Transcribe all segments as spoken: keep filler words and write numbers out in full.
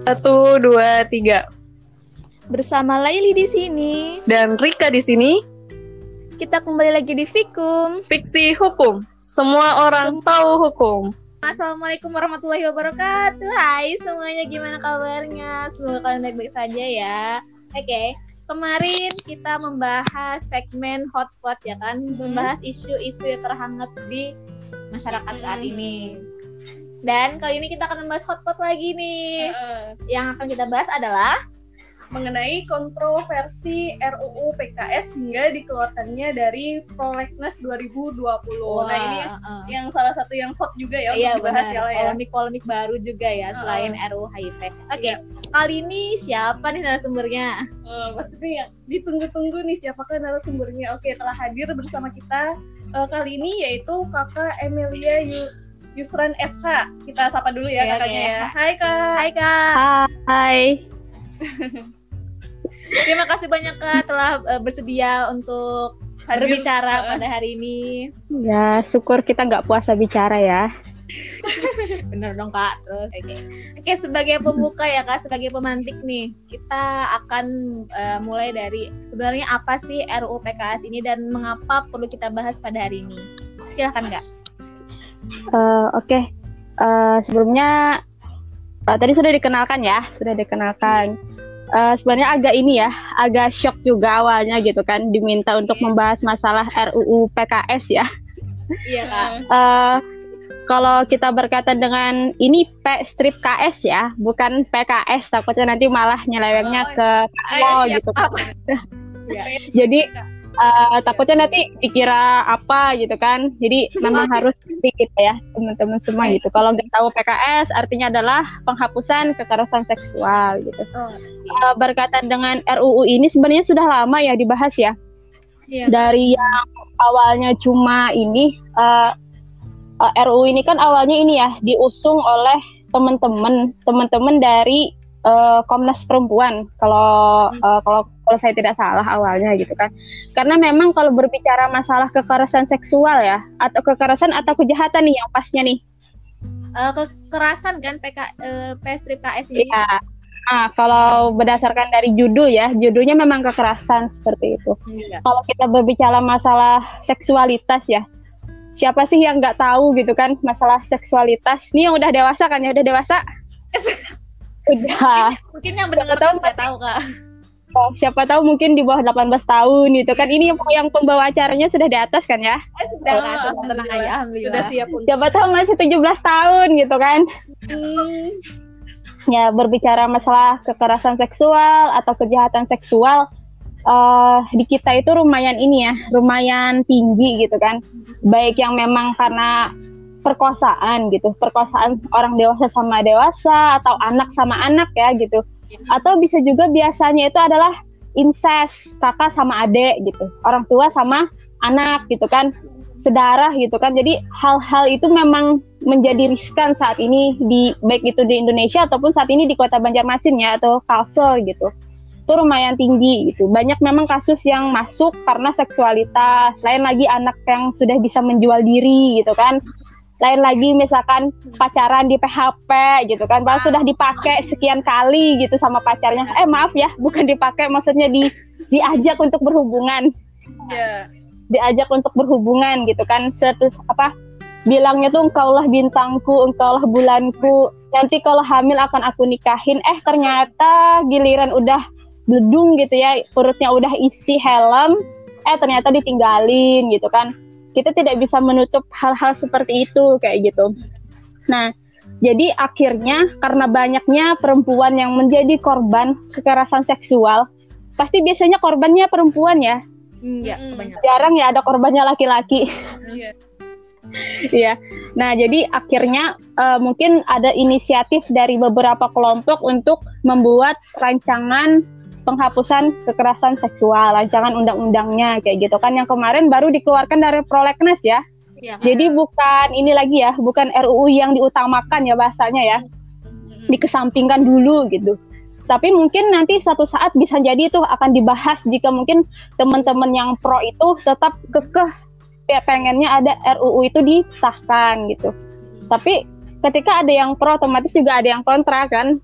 Satu, dua, tiga. Bersama Laili di sini dan Rika di sini. Kita kembali lagi di Fikum, Fiksi Hukum. Semua orang Sem- tahu hukum. Assalamualaikum warahmatullahi wabarakatuh. Hai semuanya, gimana kabarnya? Semoga kalian baik-baik saja ya. Oke, okay. Kemarin kita membahas segmen hotpot ya kan, hmm. membahas isu-isu yang terhangat di masyarakat hmm. saat ini. Dan kali ini kita akan membahas hotpot lagi nih. Uh. Yang akan kita bahas adalah mengenai kontroversi R U U P K S hingga dikeluarkannya dari Prolegnas dua ribu dua puluh. Wah, nah ini uh. yang salah satu yang hot juga ya iya, untuk dibahas ya. Polemik-polemik baru juga ya uh. selain R U U H I P. Oke, okay. yeah. Kali ini siapa nih narasumbernya? Uh, pasti nih ditunggu-tunggu nih siapakah narasumbernya. Oke, okay, telah hadir bersama kita uh, kali ini yaitu Kakak Emilia Yu- Yusran S H. Kita sapa dulu ya okay, kakaknya okay. ya. Hai Kak. Hai Kak. Hai. Terima kasih banyak Kak telah uh, bersedia untuk hadir, berbicara uh. pada hari ini. Ya, syukur kita nggak puasa bicara ya. Bener dong Kak. Terus oke. Okay. Oke, okay, sebagai pembuka ya Kak, sebagai pemantik nih, kita akan uh, mulai dari sebenarnya apa sih R U U P K S ini dan mengapa perlu kita bahas pada hari ini. Silakan Kak. Uh, Oke, okay. uh, sebelumnya uh, tadi sudah dikenalkan ya, sudah dikenalkan. Uh, sebenarnya agak ini ya, agak shock juga awalnya gitu kan, diminta untuk membahas masalah R U U P K S ya. Iya Kak. Uh, kalau kita berkaitan dengan ini P strip K S ya, bukan P K S, takutnya nanti malah nyelewengnya oh, ke oh, gitu kan. Jadi Uh, takutnya nanti dikira apa gitu kan, jadi memang harus sedikit ya teman-teman semua gitu. Kalau nggak tahu P K S artinya adalah penghapusan kekerasan seksual gitu. Uh, berkaitan dengan R U U ini sebenarnya sudah lama ya dibahas ya. Iya. Dari yang awalnya cuma ini uh, uh, R U U ini kan awalnya ini ya diusung oleh teman-teman teman-teman dari uh, Komnas Perempuan kalau uh, kalau kalau saya tidak salah awalnya gitu kan. Karena memang kalau berbicara masalah kekerasan seksual ya, atau kekerasan atau kejahatan nih yang pasnya nih. Uh, kekerasan kan P K, uh, P strip K S ini. Iya. Nah, kalau berdasarkan dari judul ya, judulnya memang kekerasan seperti itu. Iya. Kalau kita berbicara masalah seksualitas ya, siapa sih yang nggak tahu gitu kan masalah seksualitas? Ini yang udah dewasa kan ya, udah dewasa? Udah. Mungkin, mungkin yang mendengar tahu nggak tahu Kak. Oh, siapa tahu mungkin di bawah delapan belas tahun gitu kan. Ini yang, yang pembawa acaranya sudah di atas kan ya? Eh, sudah, oh, sudah tenang aja, alhamdulillah. Sudah siap untuk. Siapa tahu masih tujuh belas tahun gitu kan. Hmm. Ya, berbicara masalah kekerasan seksual atau kejahatan seksual uh, di kita itu lumayan ini ya, lumayan tinggi gitu kan. Baik yang memang karena perkosaan gitu, perkosaan orang dewasa sama dewasa atau anak sama anak ya gitu. Atau bisa juga biasanya itu adalah incest, kakak sama adik gitu, orang tua sama anak gitu kan, sedarah gitu kan. Jadi hal-hal itu memang menjadi riskan saat ini di baik itu di Indonesia ataupun saat ini di kota Banjarmasin ya atau Kalsel gitu. Itu lumayan tinggi gitu. Banyak memang kasus yang masuk karena seksualitas, lain lagi anak yang sudah bisa menjual diri gitu kan. Lain lagi misalkan pacaran di P H P gitu kan, padahal sudah dipakai sekian kali gitu sama pacarnya. Eh maaf ya, bukan dipakai, maksudnya di diajak untuk berhubungan. Yeah. Diajak untuk berhubungan gitu kan. Terus apa? Bilangnya tuh engkaulah bintangku, engkaulah bulanku. Nanti kalau hamil akan aku nikahin. Eh ternyata giliran udah bledung gitu ya, perutnya udah isi helm, eh ternyata ditinggalin gitu kan. Kita tidak bisa menutup hal-hal seperti itu kayak gitu. Nah, jadi akhirnya karena banyaknya perempuan yang menjadi korban kekerasan seksual, pasti biasanya korbannya perempuan ya. Iya, mm-hmm. Jarang ya ada korbannya laki-laki. Iya. Iya. Nah, jadi akhirnya uh, mungkin ada inisiatif dari beberapa kelompok untuk membuat rancangan penghapusan kekerasan seksual, rancangan undang-undangnya kayak gitu kan, yang kemarin baru dikeluarkan dari Prolegnas ya. Ya. Jadi bukan ini lagi ya, bukan R U U yang diutamakan ya bahasanya ya, hmm. dikesampingkan dulu gitu. Tapi mungkin nanti suatu saat bisa jadi itu akan dibahas jika mungkin teman-teman yang pro itu tetap kekeh ya pengennya ada R U U itu disahkan gitu. Hmm. Tapi ketika ada yang pro, otomatis juga ada yang kontra kan.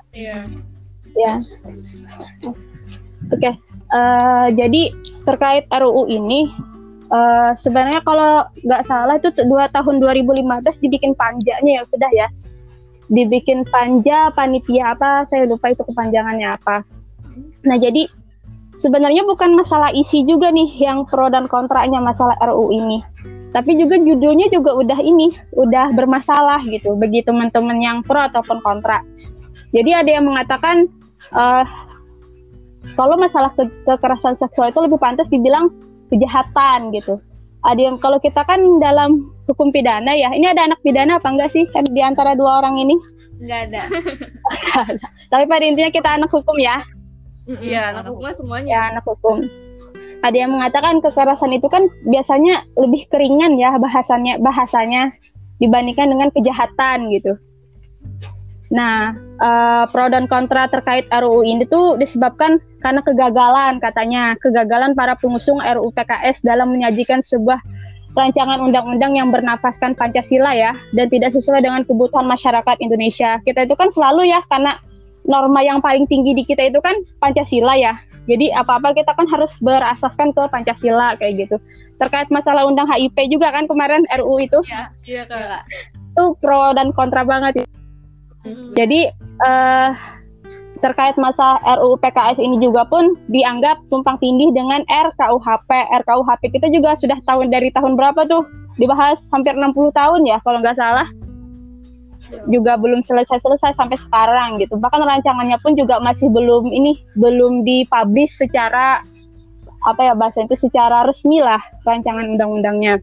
Iya. Ya. Oke. Okay. Uh, jadi terkait R U U ini, uh, sebenarnya kalau nggak salah itu dua tahun dua ribu lima belas dibikin panjanya ya sudah ya. Dibikin panja panitia apa, saya lupa itu kepanjangannya apa. Nah jadi sebenarnya bukan masalah isi juga nih yang pro dan kontranya masalah R U U ini. Tapi juga judulnya juga udah ini, udah bermasalah gitu bagi teman-teman yang pro ataupun kontra. Jadi ada yang mengatakan uh, kalau masalah ke kekerasan seksual itu lebih pantas dibilang kejahatan gitu. Ada yang kalau kita kan dalam hukum pidana ya, ini ada anak pidana apa enggak sih kan di antara dua orang ini? Enggak ada. Tapi pada intinya kita anak hukum ya. Iya, anak hukum semuanya. Ya, anak hukum. Ada yang mengatakan kekerasan itu kan biasanya lebih keringan ya bahasannya bahasanya dibandingkan dengan kejahatan gitu. Nah, uh, pro dan kontra terkait R U U ini tuh disebabkan karena kegagalan katanya, kegagalan para pengusung R U U P K S dalam menyajikan sebuah rancangan undang-undang yang bernafaskan Pancasila ya, dan tidak sesuai dengan kebutuhan masyarakat Indonesia. Kita itu kan selalu ya, karena norma yang paling tinggi di kita itu kan Pancasila ya, jadi apa-apa kita kan harus berasaskan ke Pancasila kayak gitu. Terkait masalah undang H I P juga kan kemarin R U U itu, iya, iya Kak. Itu pro dan kontra banget. Hmm. Jadi uh, terkait masa R U U P K S ini juga pun dianggap tumpang tindih dengan R K U H P. R K U H P kita juga sudah tahun dari tahun berapa tuh dibahas, hampir enam puluh tahun ya kalau nggak salah. Juga belum selesai-selesai sampai sekarang gitu. Bahkan rancangannya pun juga masih belum ini belum dipublish secara apa ya bahasa itu secara resmi lah rancangan undang-undangnya.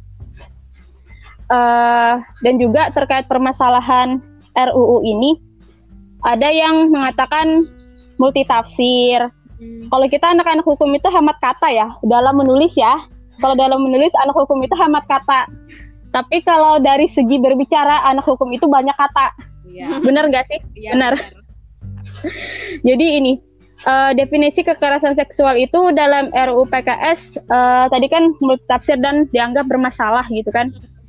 Uh, dan juga terkait permasalahan R U U ini ada yang mengatakan multitafsir. Hmm. Kalau kita anak-anak hukum itu hemat kata ya dalam menulis ya. Kalau dalam menulis anak hukum itu hemat kata. Tapi kalau dari segi berbicara anak hukum itu banyak kata. Ya. Benar nggak sih? Ya, benar. benar. Jadi ini uh, definisi kekerasan seksual itu dalam R U U P K S uh, tadi kan multitafsir dan dianggap bermasalah gitu kan.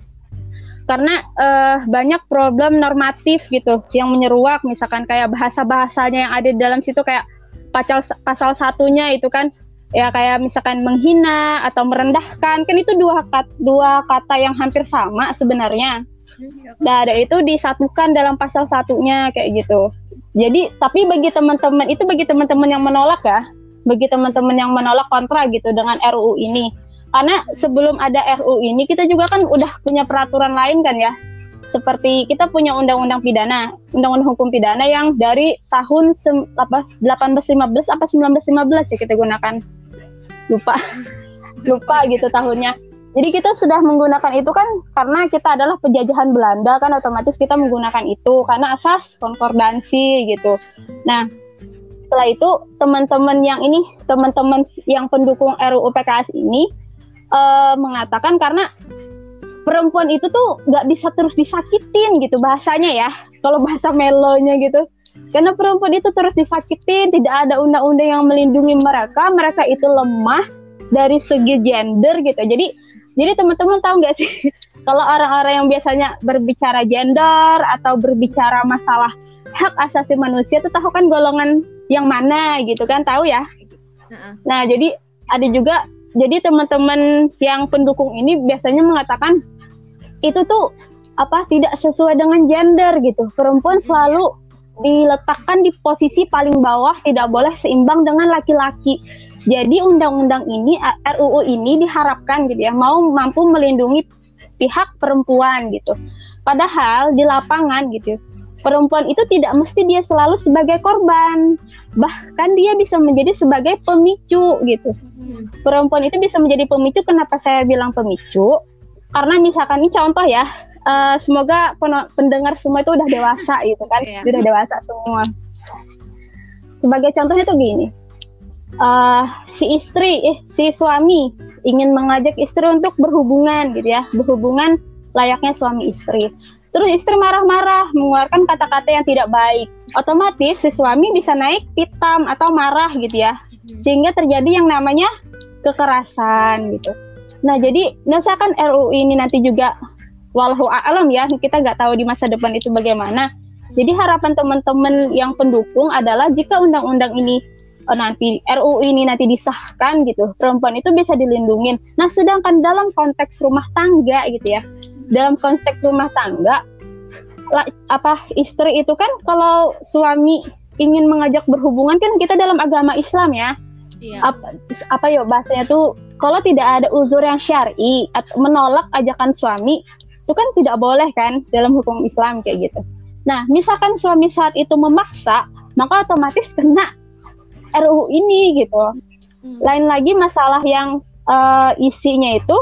Karena uh, banyak problem normatif gitu yang menyeruak, misalkan kayak bahasa-bahasanya yang ada di dalam situ kayak pasal pasal satunya itu kan ya kayak misalkan menghina atau merendahkan, kan itu dua kata, dua kata yang hampir sama sebenarnya. Nah, ada itu disatukan dalam pasal satunya kayak gitu. Jadi tapi bagi teman-teman itu bagi teman-teman yang menolak ya, bagi teman-teman yang menolak kontra gitu dengan R U U ini. Karena sebelum ada R U U ini kita juga kan udah punya peraturan lain kan ya. Seperti kita punya undang-undang pidana, undang-undang hukum pidana yang dari tahun sem, apa delapan belas lima belas apa sembilan belas lima belas ya kita gunakan. Lupa. Lupa gitu tahunnya. Jadi kita sudah menggunakan itu kan karena kita adalah penjajahan Belanda kan, otomatis kita menggunakan itu karena asas konkordansi gitu. Nah, setelah itu teman-teman yang ini, teman-teman yang pendukung R U U P K S ini Uh, mengatakan karena perempuan itu tuh nggak bisa terus disakitin gitu bahasanya ya, kalau bahasa melonya gitu, karena perempuan itu terus disakitin, tidak ada undang-undang yang melindungi mereka, mereka itu lemah dari segi gender gitu. Jadi jadi teman-teman tahu nggak sih kalau orang-orang yang biasanya berbicara gender atau berbicara masalah hak asasi manusia itu tahu kan golongan yang mana gitu kan, tahu ya. Nah jadi ada juga Jadi teman-teman yang pendukung ini biasanya mengatakan itu tuh apa tidak sesuai dengan gender gitu. Perempuan selalu diletakkan di posisi paling bawah, tidak boleh seimbang dengan laki-laki. Jadi undang-undang ini, R U U ini diharapkan gitu ya, mau mampu melindungi pihak perempuan gitu. Padahal di lapangan gitu, perempuan itu tidak mesti dia selalu sebagai korban. Bahkan dia bisa menjadi sebagai pemicu gitu. Perempuan itu bisa menjadi pemicu. Kenapa saya bilang pemicu? Karena misalkan ini contoh ya, uh, semoga pendengar semua itu udah dewasa gitu kan, yeah. Udah dewasa semua. Sebagai contohnya tuh gini, uh, si istri, eh, si suami ingin mengajak istri untuk berhubungan gitu ya, berhubungan layaknya suami istri. Terus istri marah-marah, mengeluarkan kata-kata yang tidak baik. Otomatis si suami bisa naik pitam atau marah gitu ya. Sehingga terjadi yang namanya kekerasan gitu. Nah jadi misalkan R U U ini nanti juga wallahu a'lam ya, kita nggak tahu di masa depan itu bagaimana. Jadi harapan teman-teman yang pendukung adalah jika undang-undang ini uh, nanti R U U ini nanti disahkan gitu, perempuan itu bisa dilindungi. Nah, sedangkan dalam konteks rumah tangga gitu ya, dalam konteks rumah tangga, la, apa istri itu kan kalau suami ingin mengajak berhubungan kan kita dalam agama Islam ya. Iya. Apa, apa ya bahasanya tuh kalau tidak ada uzur yang syar'i atau menolak ajakan suami itu kan tidak boleh kan dalam hukum Islam kayak gitu. Nah, misalkan suami saat itu memaksa, maka otomatis kena R U U ini gitu. Hmm. Lain lagi masalah yang uh, isinya itu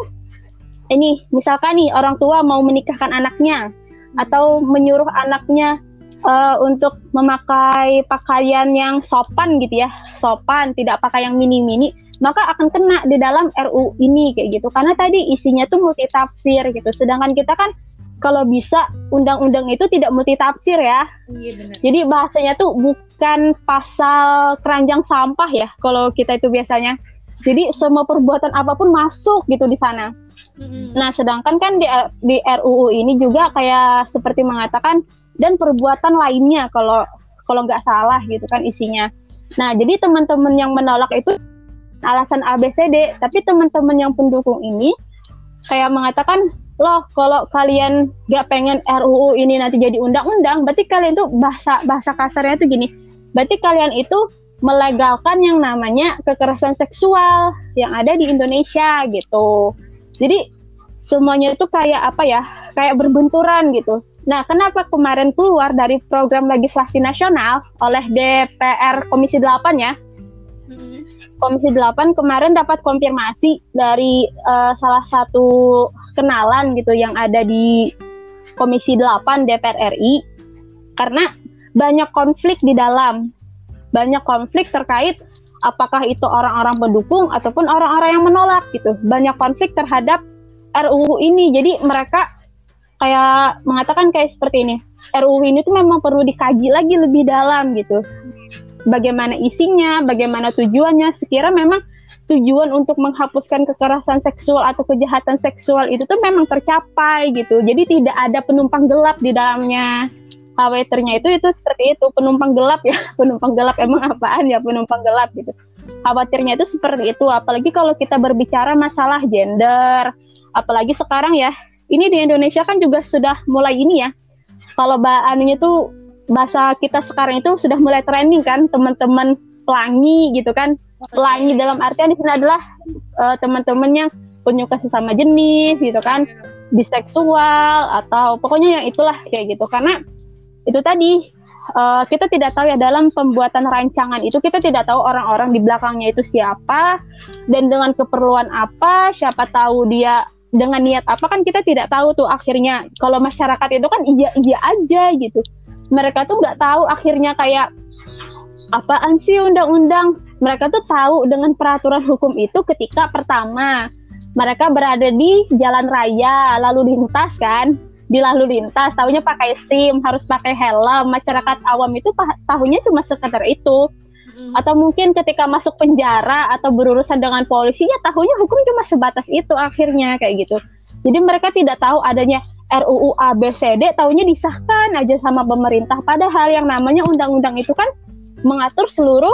ini misalkan nih orang tua mau menikahkan anaknya hmm. atau menyuruh anaknya Uh, untuk memakai pakaian yang sopan gitu ya, sopan, tidak pakai yang mini-mini, maka akan kena di dalam R U U ini kayak gitu. Karena tadi isinya tuh multitafsir gitu. Sedangkan kita kan kalau bisa undang-undang itu tidak multitafsir ya. Iya benar. Jadi bahasanya tuh bukan pasal keranjang sampah ya kalau kita itu biasanya. Jadi semua perbuatan apapun masuk gitu di sana. Mm-hmm. Nah, sedangkan kan di, di R U U ini juga kayak seperti mengatakan dan perbuatan lainnya kalau kalau nggak salah gitu kan isinya. Nah, jadi teman-teman yang menolak itu alasan A B C D, tapi teman-teman yang pendukung ini kayak mengatakan, loh kalau kalian nggak pengen R U U ini nanti jadi undang-undang, berarti kalian tuh bahasa bahasa kasarnya tuh gini, berarti kalian itu melegalkan yang namanya kekerasan seksual yang ada di Indonesia gitu. Jadi semuanya itu kayak apa ya, kayak berbenturan gitu. Nah, kenapa kemarin keluar dari program legislasi nasional oleh D P R Komisi delapan ya? Mm-hmm. Komisi delapan kemarin dapat konfirmasi dari uh, salah satu kenalan gitu yang ada di Komisi delapan D P R R I, karena banyak konflik di dalam, banyak konflik terkait apakah itu orang-orang pendukung ataupun orang-orang yang menolak gitu. Banyak konflik terhadap R U U ini, jadi mereka kayak mengatakan kayak seperti ini, R U U ini tuh memang perlu dikaji lagi lebih dalam gitu. Bagaimana isinya, bagaimana tujuannya, sekira memang tujuan untuk menghapuskan kekerasan seksual atau kejahatan seksual itu tuh memang tercapai gitu. Jadi tidak ada penumpang gelap di dalamnya. Khawatirnya itu itu seperti itu, penumpang gelap ya. Penumpang gelap emang apaan ya penumpang gelap gitu. Khawatirnya itu seperti itu, apalagi kalau kita berbicara masalah gender. Apalagi sekarang ya, ini di Indonesia kan juga sudah mulai ini ya. Kalau anunya tuh bahasa kita sekarang itu sudah mulai trending kan, teman-teman pelangi gitu kan. Pelangi dalam artian di sini adalah uh, teman-teman yang penyuka sesama jenis gitu kan, biseksual atau pokoknya yang itulah kayak gitu. Karena itu tadi uh, kita tidak tahu ya dalam pembuatan rancangan itu kita tidak tahu orang-orang di belakangnya itu siapa dan dengan keperluan apa, siapa tahu dia dengan niat apa kan kita tidak tahu tuh akhirnya. Kalau masyarakat itu kan iya-iya aja gitu. Mereka tuh nggak tahu akhirnya kayak apaan sih undang-undang. Mereka tuh tahu dengan peraturan hukum itu ketika pertama mereka berada di jalan raya, lalu lintas kan, di lalu lintas, tahunya pakai SIM, harus pakai helm. Masyarakat awam itu tahunya cuma sekedar itu. Hmm. Atau mungkin ketika masuk penjara atau berurusan dengan polisi, ya tahunya hukum cuma sebatas itu akhirnya kayak gitu. Jadi mereka tidak tahu adanya R U U A B C D, tahunya disahkan aja sama pemerintah. Padahal yang namanya undang-undang itu kan mengatur seluruh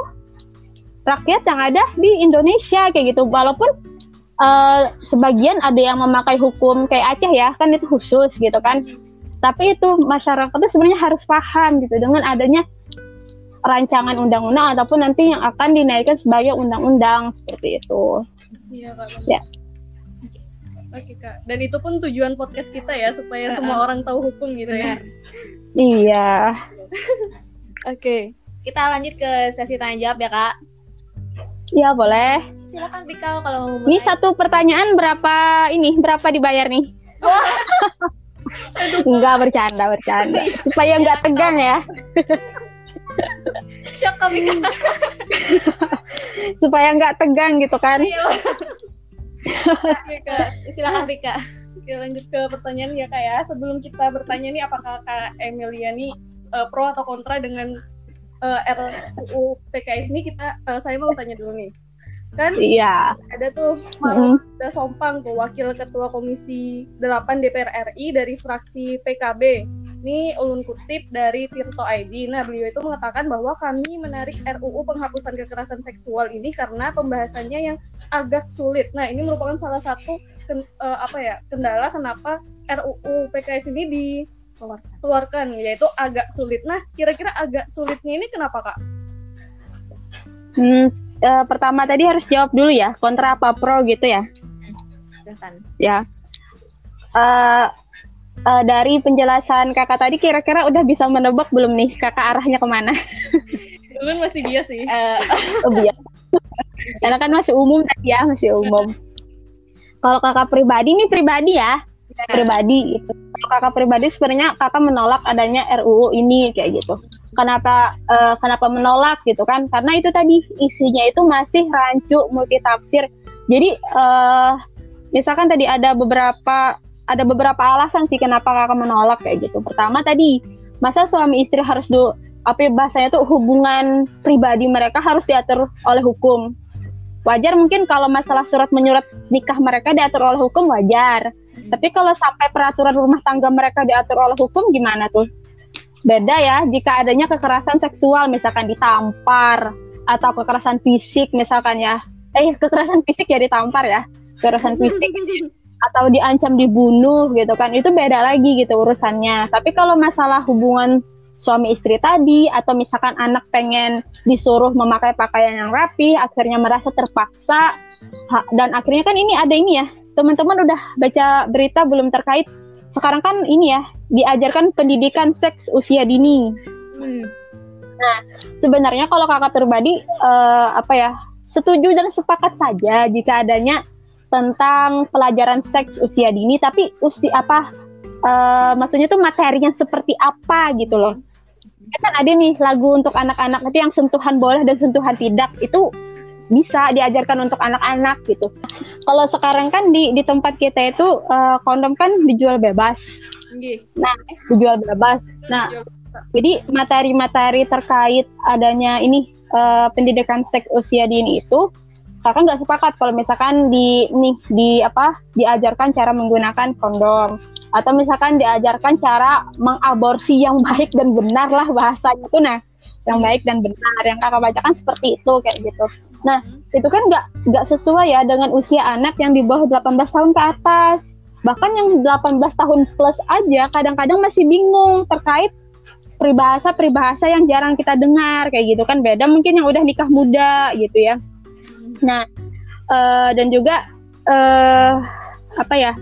rakyat yang ada di Indonesia kayak gitu. Walaupun uh, sebagian ada yang memakai hukum kayak Aceh ya, kan itu khusus gitu kan. Tapi itu masyarakat itu sebenarnya harus paham gitu dengan adanya rancangan undang-undang ataupun nanti yang akan dinaikkan sebagai undang-undang seperti itu. Iya Kak. Ya. Oke Kak. Dan itu pun tujuan podcast kita ya supaya uh, semua orang tahu hukum gitu ya. Iya. Oke. Okay. Kita lanjut ke sesi tanya jawab ya Kak. Iya boleh. Silakan Pika kalau mau. Ini satu pertanyaan berapa ini? Berapa dibayar nih? Oh. Enggak, bercanda, bercanda. Supaya enggak tegang ya. Shock Pika. Supaya enggak tegang gitu kan. Oke Kak. Silakan Pika. Oke, lanjut ke pertanyaan ya Kak ya. Sebelum kita bertanya nih apakah Kak Emilia nih uh, pro atau kontra dengan Uh, R U U P K S ini, kita uh, saya mau tanya dulu nih. Kan iya. Ada tuh Marwanda mm-hmm. Sompang tuh Wakil Ketua Komisi delapan D P R R I dari fraksi P K B. Ini ulun kutip dari Tirto I D. Nah, beliau itu mengatakan bahwa kami menarik R U U penghapusan kekerasan seksual ini karena pembahasannya yang agak sulit. Nah, ini merupakan salah satu ken, uh, apa ya kendala kenapa R U U P K S ini dikeluarkan, yaitu agak sulit. Nah, kira-kira agak sulitnya ini kenapa, Kak? Hmm, uh, pertama tadi harus jawab dulu ya, kontra apa pro gitu ya? Ya. Uh, uh, dari penjelasan kakak tadi kira-kira udah bisa menebak belum nih kakak arahnya kemana? Dulu masih dia sih. Uh, oh biar. Karena kan masih umum tadi ya, masih umum. Kalau kakak pribadi nih pribadi ya, yeah. pribadi itu. Kalau kakak pribadi sebenarnya kakak menolak adanya R U U ini kayak gitu. Kenapa uh, kenapa menolak gitu kan? Karena itu tadi isinya itu masih rancu multitafsir. Jadi uh, misalkan tadi ada beberapa ada beberapa alasan sih kenapa kakak menolak kayak gitu. Pertama tadi, masa suami istri harus do apa bahasanya tuh hubungan pribadi mereka harus diatur oleh hukum. Wajar mungkin kalau masalah surat menyurat nikah mereka diatur oleh hukum wajar. Hmm. Tapi kalau sampai peraturan rumah tangga mereka diatur oleh hukum gimana tuh? Beda ya jika adanya kekerasan seksual misalkan ditampar atau kekerasan fisik misalkan ya. Eh kekerasan fisik ya ditampar ya. Kekerasan fisik atau diancam dibunuh gitu kan, itu beda lagi gitu urusannya. Tapi kalau masalah hubungan suami istri tadi atau misalkan anak pengen disuruh memakai pakaian yang rapi, akhirnya merasa terpaksa ha, dan akhirnya kan ini ada ini ya, teman-teman udah baca berita belum terkait sekarang kan ini ya diajarkan pendidikan seks usia dini. hmm. Nah sebenarnya kalau kakak pribadi uh, apa ya setuju dan sepakat saja jika adanya tentang pelajaran seks usia dini, tapi usia apa uh, maksudnya tuh materinya seperti apa gitu loh. Kan ada nih lagu untuk anak-anak itu yang sentuhan boleh dan sentuhan tidak, itu bisa diajarkan untuk anak-anak gitu. Kalau sekarang kan di di tempat kita itu uh, kondom kan dijual bebas. Nah, dijual bebas. Nah, jadi materi-materi terkait adanya ini uh, pendidikan seks usia dini itu kakak nggak sepakat kalau misalkan di nih di apa diajarkan cara menggunakan kondom atau misalkan diajarkan cara mengaborsi yang baik dan benar lah bahasanya tuh, nah yang baik dan benar yang kakak bacakan seperti itu kayak gitu. Nah itu kan nggak nggak sesuai ya dengan usia anak yang di bawah delapan belas tahun ke atas, bahkan yang delapan belas tahun plus aja kadang-kadang masih bingung terkait peribahasa peribahasa yang jarang kita dengar kayak gitu kan, beda mungkin yang udah nikah muda gitu ya. Nah, uh, dan juga uh, apa ya,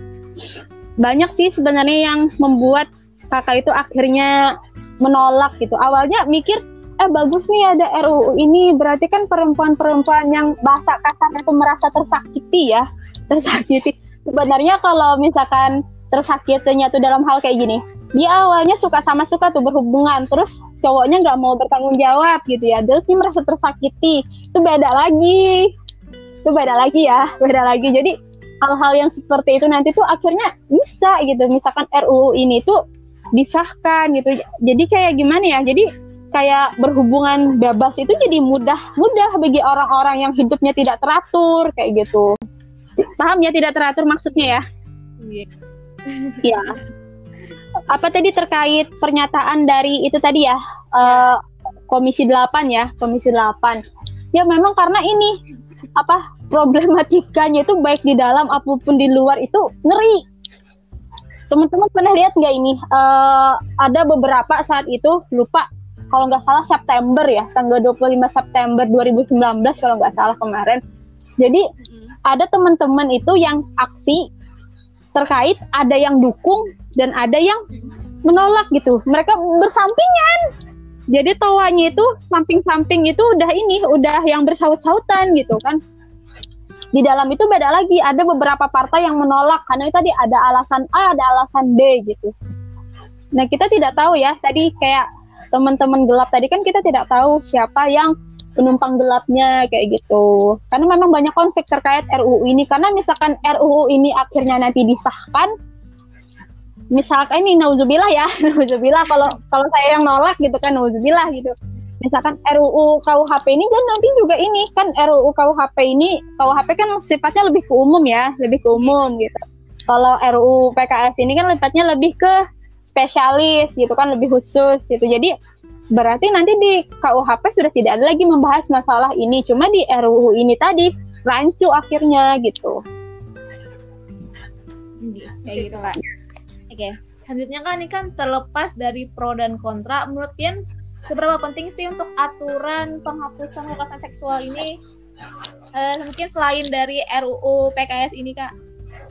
banyak sih sebenarnya yang membuat kakak itu akhirnya menolak gitu. Awalnya mikir, eh bagus nih ada R U U ini, berarti kan perempuan-perempuan yang bahasa kasarnya itu merasa tersakiti ya, tersakiti. Sebenarnya kalau misalkan tersakitinya tuh dalam hal kayak gini, dia awalnya suka sama suka tuh berhubungan, terus cowoknya nggak mau bertanggung jawab gitu ya, terus dia merasa tersakiti, itu beda lagi. Itu beda lagi ya, beda lagi. Jadi hal-hal yang seperti itu nanti tuh akhirnya bisa gitu. Misalkan R U U ini tuh disahkan gitu. Jadi kayak gimana ya? Jadi kayak berhubungan bebas itu jadi mudah, mudah bagi orang-orang yang hidupnya tidak teratur kayak gitu. Paham ya tidak teratur maksudnya ya? Iya. Yeah. Apa tadi terkait pernyataan dari itu tadi ya? Uh, Komisi delapan ya, Komisi delapan. Ya memang karena ini apa problematikanya itu baik di dalam apapun di luar itu ngeri. Teman-teman pernah lihat nggak ini? Uh, ada beberapa saat itu lupa kalau nggak salah September ya, tanggal dua puluh lima September dua ribu sembilan belas kalau nggak salah kemarin. Jadi mm-hmm. ada teman-teman itu yang aksi terkait, ada yang dukung dan ada yang menolak gitu. Mereka bersampingan. Jadi tawanya itu samping-samping itu udah ini, udah yang bersaut-sautan gitu kan. Di dalam itu beda lagi, ada beberapa partai yang menolak karena tadi ada alasan A, ada alasan B gitu. Nah kita tidak tahu ya, tadi kayak teman-teman gelap tadi kan kita tidak tahu siapa yang penumpang gelapnya kayak gitu. Karena memang banyak konflik terkait R U U ini, karena misalkan R U U ini akhirnya nanti disahkan, misalkan ini nauzubillah ya, nauzubillah kalau kalau saya yang nolak gitu kan, nauzubillah gitu. Misalkan R U U K U H P ini kan nanti juga ini kan R U U K U H P ini, K U H P kan sifatnya lebih ke umum ya, lebih ke umum gitu. Kalau R U U P K S ini kan sifatnya lebih ke spesialis gitu kan, lebih khusus gitu. Jadi berarti nanti di K U H P sudah tidak ada lagi membahas masalah ini, cuma di R U U ini tadi rancu akhirnya gitu. Kayak gitu Kak. Oke, selanjutnya kan ini kan terlepas dari pro dan kontra, menurut Pian seberapa penting sih untuk aturan penghapusan kekerasan seksual ini? Uh, mungkin selain dari R U U P K S ini Kak?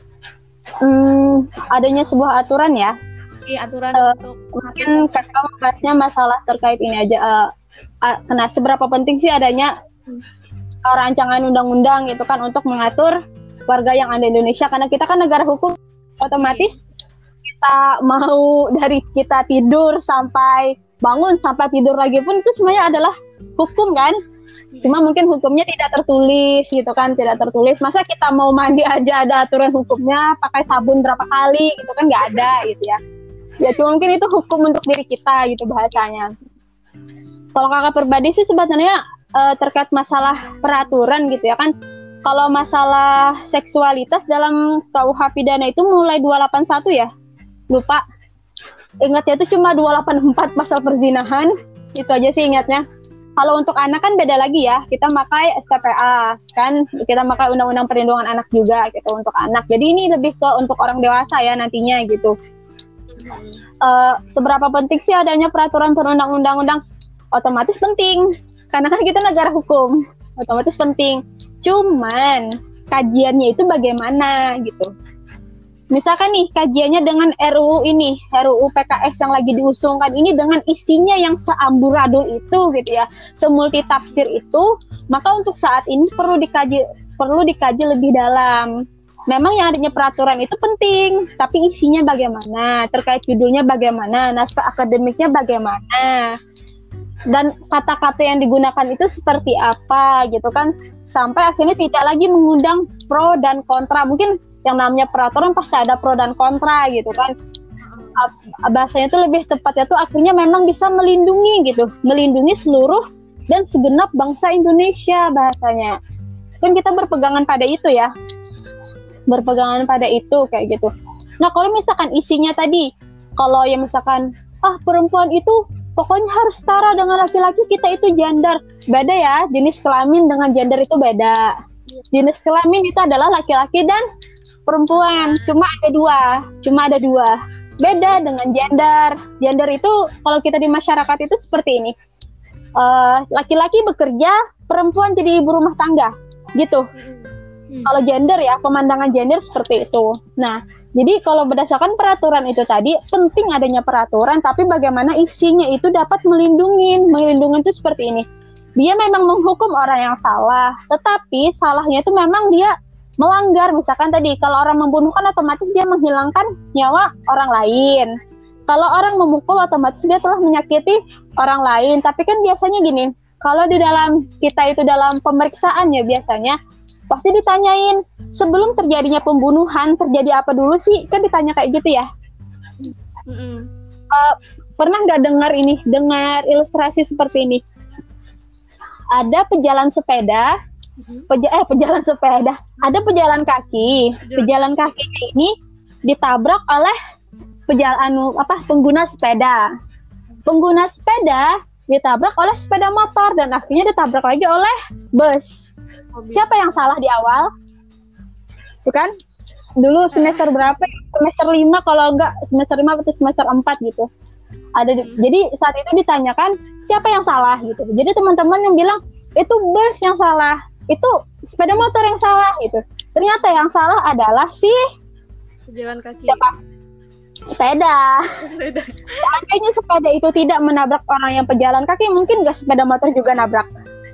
Hmm, adanya sebuah aturan ya. Iya, aturan uh, untuk mungkin kakak membahasnya masalah terkait ini aja. Uh, uh, kena seberapa penting sih adanya uh, rancangan undang-undang gitu kan untuk mengatur warga yang ada di Indonesia, karena kita kan negara hukum, otomatis kita mau dari kita tidur sampai bangun sampai tidur lagi pun itu semuanya adalah hukum kan. Cuma mungkin hukumnya tidak tertulis gitu kan, tidak tertulis. Masa kita mau mandi aja ada aturan hukumnya, pakai sabun berapa kali gitu kan, nggak ada gitu ya. Ya cuma mungkin itu hukum untuk diri kita gitu bahasanya. Kalau kakak pribadi sih sebenarnya uh, terkait masalah peraturan gitu ya kan. Kalau masalah seksualitas dalam K U H pidana itu mulai dua delapan satu ya. Lupa. Ingatnya itu cuma dua delapan empat pasal perzinahan. Itu aja sih ingatnya. Kalau untuk anak kan beda lagi ya, kita pakai S T P A kan, kita pakai Undang-Undang Perlindungan Anak juga gitu untuk anak. Jadi ini lebih ke untuk orang dewasa ya nantinya gitu. Uh, seberapa penting sih adanya peraturan perundang-undang-undang? Otomatis penting, karena kan kita negara hukum, otomatis penting. Cuman kajiannya itu bagaimana gitu. Misalkan nih kajiannya dengan R U U ini, R U U P K S yang lagi diusungkan ini dengan isinya yang seamburadul itu gitu ya, semultitafsir itu, maka untuk saat ini perlu dikaji perlu dikaji lebih dalam. Memang yang adanya peraturan itu penting, tapi isinya bagaimana, terkait judulnya bagaimana, naskah akademiknya bagaimana, dan kata-kata yang digunakan itu seperti apa gitu kan, sampai akhirnya tidak lagi mengundang pro dan kontra. Mungkin yang namanya peraturan pasti ada pro dan kontra gitu kan. Bahasanya itu lebih tepatnya tuh akhirnya memang bisa melindungi gitu, melindungi seluruh dan segenap bangsa Indonesia bahasanya. Kan kita berpegangan pada itu ya, berpegangan pada itu kayak gitu. Nah kalau misalkan isinya tadi, kalau ya misalkan ah perempuan itu pokoknya harus setara dengan laki-laki, kita itu gender, beda ya, jenis kelamin dengan gender itu beda. Jenis kelamin itu adalah laki-laki dan perempuan, cuma ada dua, cuma ada dua. Beda dengan gender. Gender itu kalau kita di masyarakat itu seperti ini. Uh, laki-laki bekerja, perempuan jadi ibu rumah tangga, gitu. Hmm. Kalau gender ya, pemandangan gender seperti itu. Nah, jadi kalau berdasarkan peraturan itu tadi, penting adanya peraturan, tapi bagaimana isinya itu dapat melindungi. Melindungi itu seperti ini. Dia memang menghukum orang yang salah, tetapi salahnya itu memang dia melanggar. Misalkan tadi, kalau orang membunuh kan otomatis dia menghilangkan nyawa orang lain. Kalau orang memukul otomatis dia telah menyakiti orang lain. Tapi kan biasanya gini, kalau di dalam kita itu dalam pemeriksaan ya biasanya, pasti ditanyain, sebelum terjadinya pembunuhan, terjadi apa dulu sih? Kan ditanya kayak gitu ya. Mm-hmm. Uh, pernah nggak dengar ini, dengar ilustrasi seperti ini? Ada pejalan sepeda, peja- eh pejalan sepeda, ada pejalan kaki. Pejalan kaki ini ditabrak oleh pejalan apa pengguna sepeda. Pengguna sepeda ditabrak oleh sepeda motor dan akhirnya ditabrak lagi oleh bus. Siapa yang salah di awal? Itu kan? Dulu semester berapa? Semester lima kalau enggak, semester lima atau semester empat gitu. Ada di, jadi saat itu ditanyakan siapa yang salah gitu. Jadi teman-teman yang bilang itu bus yang salah, itu sepeda motor yang salah gitu. Ternyata yang salah adalah si pejalan kaki. Siapa? Sepeda. Sepeda. Makanya sepeda itu tidak menabrak orang yang pejalan kaki, mungkin nggak sepeda motor juga nabrak.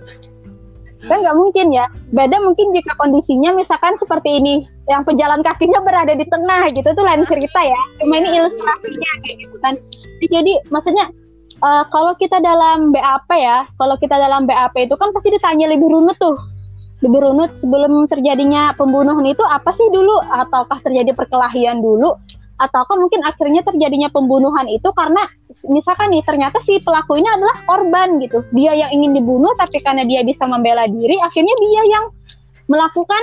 Kan nggak mungkin ya. Beda mungkin jika kondisinya misalkan seperti ini, yang pejalan kakinya berada di tengah gitu, itu lain cerita ya. Cuma ini ilustrasinya kayak gitu kan. Jadi maksudnya uh, kalau kita dalam B A P ya, kalau kita dalam B A P itu kan pasti ditanya lebih runut tuh. Lebih runut sebelum terjadinya pembunuhan itu apa sih dulu, ataukah terjadi perkelahian dulu, ataukah mungkin akhirnya terjadinya pembunuhan itu karena misalkan nih ternyata si pelaku ini adalah korban gitu, dia yang ingin dibunuh tapi karena dia bisa membela diri akhirnya dia yang melakukan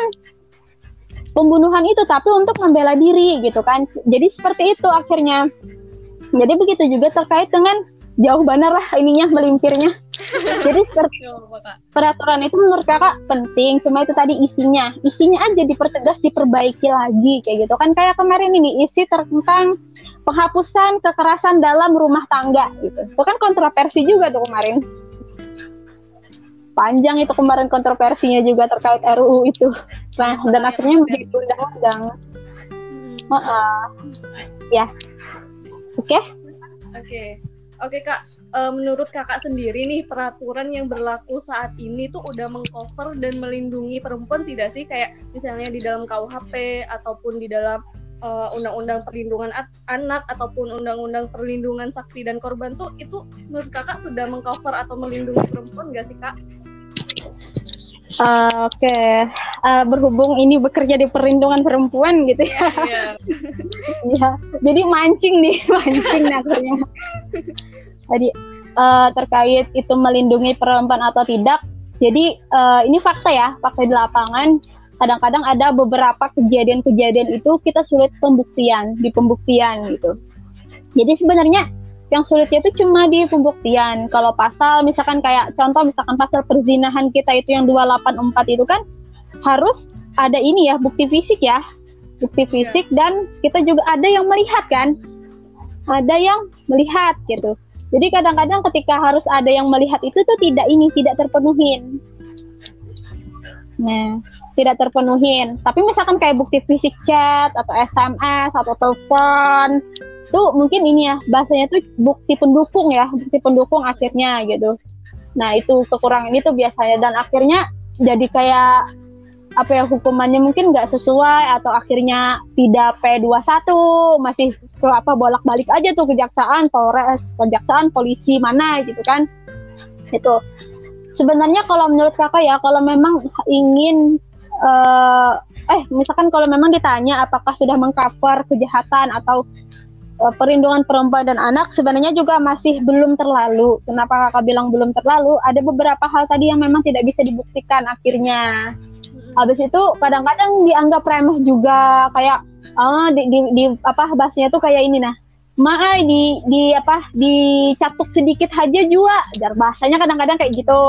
pembunuhan itu tapi untuk membela diri gitu kan. Jadi seperti itu akhirnya. Jadi begitu juga terkait dengan jauh benar lah ininya melimpirnya. Jadi seperti peraturan itu menurut kakak penting, cuma itu tadi isinya, isinya aja dipertegas, diperbaiki lagi kayak gitu kan. Kayak kemarin ini isi tentang penghapusan kekerasan dalam rumah tangga gitu. Itu kan kontroversi juga tuh kemarin. Panjang itu kemarin kontroversinya juga terkait R U U itu. Nah, oh, dan akhirnya menjadi undang-undang. Hmm. Uh-uh. Ya. Oke. Okay? Oke. Okay. Oke, Kak. Uh, menurut Kakak sendiri nih, peraturan yang berlaku saat ini tuh udah mengcover dan melindungi perempuan tidak sih? Kayak misalnya di dalam K U H P ataupun di dalam uh, Undang-Undang Perlindungan Anak ataupun Undang-Undang Perlindungan Saksi dan Korban tuh itu menurut Kakak sudah mengcover atau melindungi perempuan nggak sih, Kak? Uh, Oke, okay. uh, berhubung ini bekerja di perlindungan perempuan gitu ya. Iya. Yeah. Jadi mancing nih, mancing akhirnya. Jadi uh, terkait itu melindungi perempuan atau tidak. Jadi uh, ini fakta ya, fakta di lapangan. Kadang-kadang ada beberapa kejadian-kejadian itu kita sulit pembuktian, di pembuktian gitu. Jadi sebenarnya yang sulitnya itu cuma di pembuktian. Kalau pasal misalkan kayak contoh misalkan pasal perzinahan kita itu yang dua delapan empat itu kan harus ada ini ya, bukti fisik ya. Bukti fisik yeah. Dan kita juga ada yang melihat kan. Ada yang melihat gitu. Jadi kadang-kadang ketika harus ada yang melihat itu tuh tidak ini, tidak terpenuhin. Nah, tidak terpenuhin. Tapi misalkan kayak bukti fisik chat atau S M S atau telepon itu mungkin ini ya, bahasanya tuh bukti pendukung ya, bukti pendukung akhirnya gitu. Nah itu kekurangan itu biasanya, dan akhirnya jadi kayak apa ya, hukumannya mungkin nggak sesuai atau akhirnya tidak P dua puluh satu, masih ke apa bolak-balik aja tuh kejaksaan, Polres, kejaksaan, polisi mana gitu kan. Itu sebenarnya kalau menurut kakak ya, kalau memang ingin uh, eh misalkan kalau memang ditanya apakah sudah mengcover kejahatan atau perlindungan perempuan dan anak, sebenarnya juga masih belum terlalu. Kenapa kakak bilang belum terlalu? Ada beberapa hal tadi yang memang tidak bisa dibuktikan akhirnya. Habis itu kadang-kadang dianggap remeh juga, kayak ah di, di, di apa bahasanya tuh kayak ini nah. Maai di di apa dicatuk sedikit aja juga. Jar bahasanya kadang-kadang kayak gitu.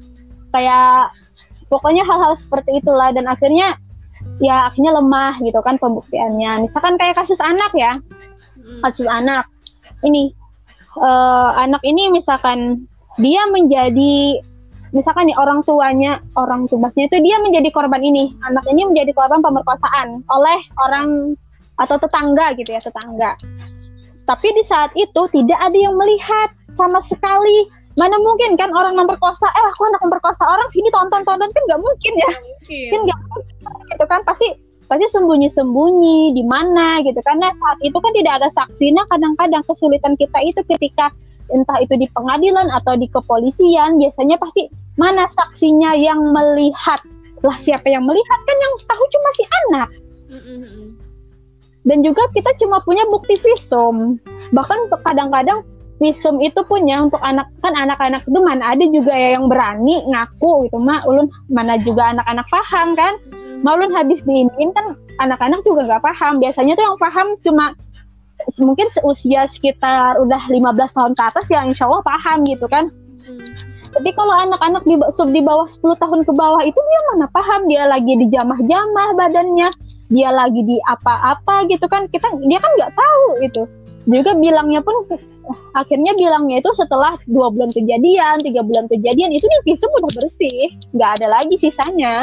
Kayak pokoknya hal-hal seperti itulah, dan akhirnya ya akhirnya lemah gitu kan pembuktiannya. Misalkan kayak kasus anak ya. Kasus anak ini uh, anak ini misalkan dia menjadi misalkan nih orang tuanya orang tuanya itu dia menjadi korban ini, anak ini menjadi korban pemerkosaan oleh orang atau tetangga gitu ya, tetangga. Tapi di saat itu tidak ada yang melihat sama sekali. Mana mungkin kan orang memperkosa, eh aku anak memperkosa orang sini tonton-tonton, kan nggak mungkin ya, mungkin. kan nggak mungkin gitu kan, pasti pasti sembunyi-sembunyi di mana gitu, karena saat itu kan tidak ada saksi. Nah kadang-kadang kesulitan kita itu ketika entah itu di pengadilan atau di kepolisian, biasanya pasti mana saksinya yang melihat lah, siapa yang melihat, kan yang tahu cuma si anak. Mm-hmm. Dan juga kita cuma punya bukti visum, bahkan kadang-kadang visum itu punya untuk anak, kan anak-anak itu mana ada juga ya yang berani ngaku gitu, mah ulun mana juga anak-anak paham kan. Maulun habis diinin kan anak-anak juga nggak paham. Biasanya tuh yang paham cuma mungkin seusia sekitar udah lima belas tahun ke atas ya, insya Allah paham gitu kan. Hmm. Tapi kalau anak-anak di, sub di bawah sepuluh tahun ke bawah itu dia mana paham, dia lagi dijamah-jamah badannya, dia lagi di apa-apa gitu kan, kita dia kan nggak tahu itu. Juga bilangnya pun akhirnya bilangnya itu setelah dua bulan kejadian, tiga bulan kejadian itu dia visum udah bersih, nggak ada lagi sisanya.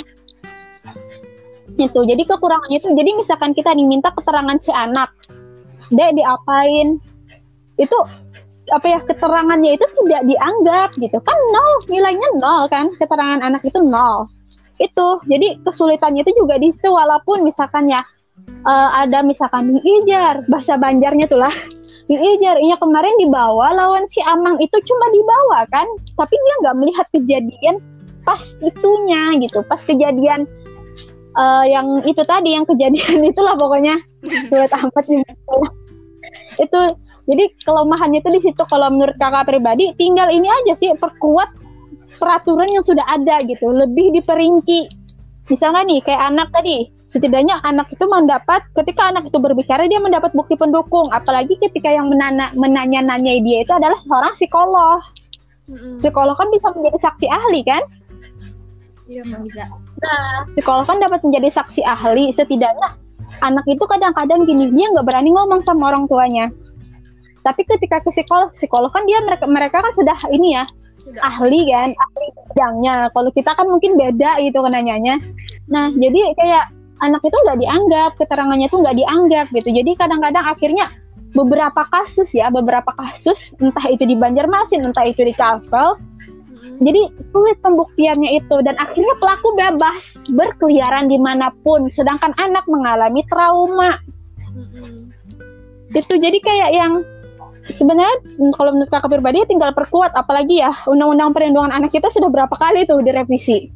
Itu jadi kekurangannya itu, jadi misalkan kita diminta keterangan si anak, dek diapain, itu apa ya, keterangannya itu tidak dianggap gitu kan, nol, nilainya nol kan, keterangan anak itu nol. Itu jadi kesulitannya itu juga di situ, walaupun misalkan ya uh, ada misalkan diijar, bahasa Banjarnya tuh lah, diijar, iya kemarin dibawa lawan si Amang itu cuma dibawa kan, tapi dia nggak melihat kejadian pas itunya gitu, pas kejadian Uh, yang itu tadi, yang kejadian itulah pokoknya sulit amat gitu. Itu jadi kelemahannya itu di situ. Kalau menurut kakak pribadi, tinggal ini aja sih, perkuat peraturan yang sudah ada gitu, lebih diperinci. Misalnya nih kayak anak tadi, setidaknya anak itu mendapat, ketika anak itu berbicara dia mendapat bukti pendukung, apalagi ketika yang menana, menanya-nanyai dia itu adalah seorang psikolog. Mm-hmm. Psikolog kan bisa menjadi saksi ahli kan? Iya, bisa. Nah, psikolog kan dapat menjadi saksi ahli, setidaknya anak itu kadang-kadang gini, dia nggak berani ngomong sama orang tuanya. Tapi ketika ke psikolog, psikolog kan dia mereka mereka kan sudah ini ya, sudah ahli kan, ahli bidangnya. Kalau kita kan mungkin beda gitu kan nanyanya. Nah, hmm. jadi kayak anak itu nggak dianggap, keterangannya tuh nggak dianggap gitu. Jadi kadang-kadang akhirnya beberapa kasus ya, beberapa kasus entah itu di Banjarmasin, entah itu di Kalsel, hmm. jadi sulit pembuktiannya itu dan akhirnya pelaku bebas berkeliaran dimanapun, sedangkan anak mengalami trauma. Hmm. Itu jadi kayak yang sebenarnya kalau menurut kakak pribadi tinggal perkuat, apalagi ya undang-undang perlindungan anak kita sudah berapa kali tuh direvisi,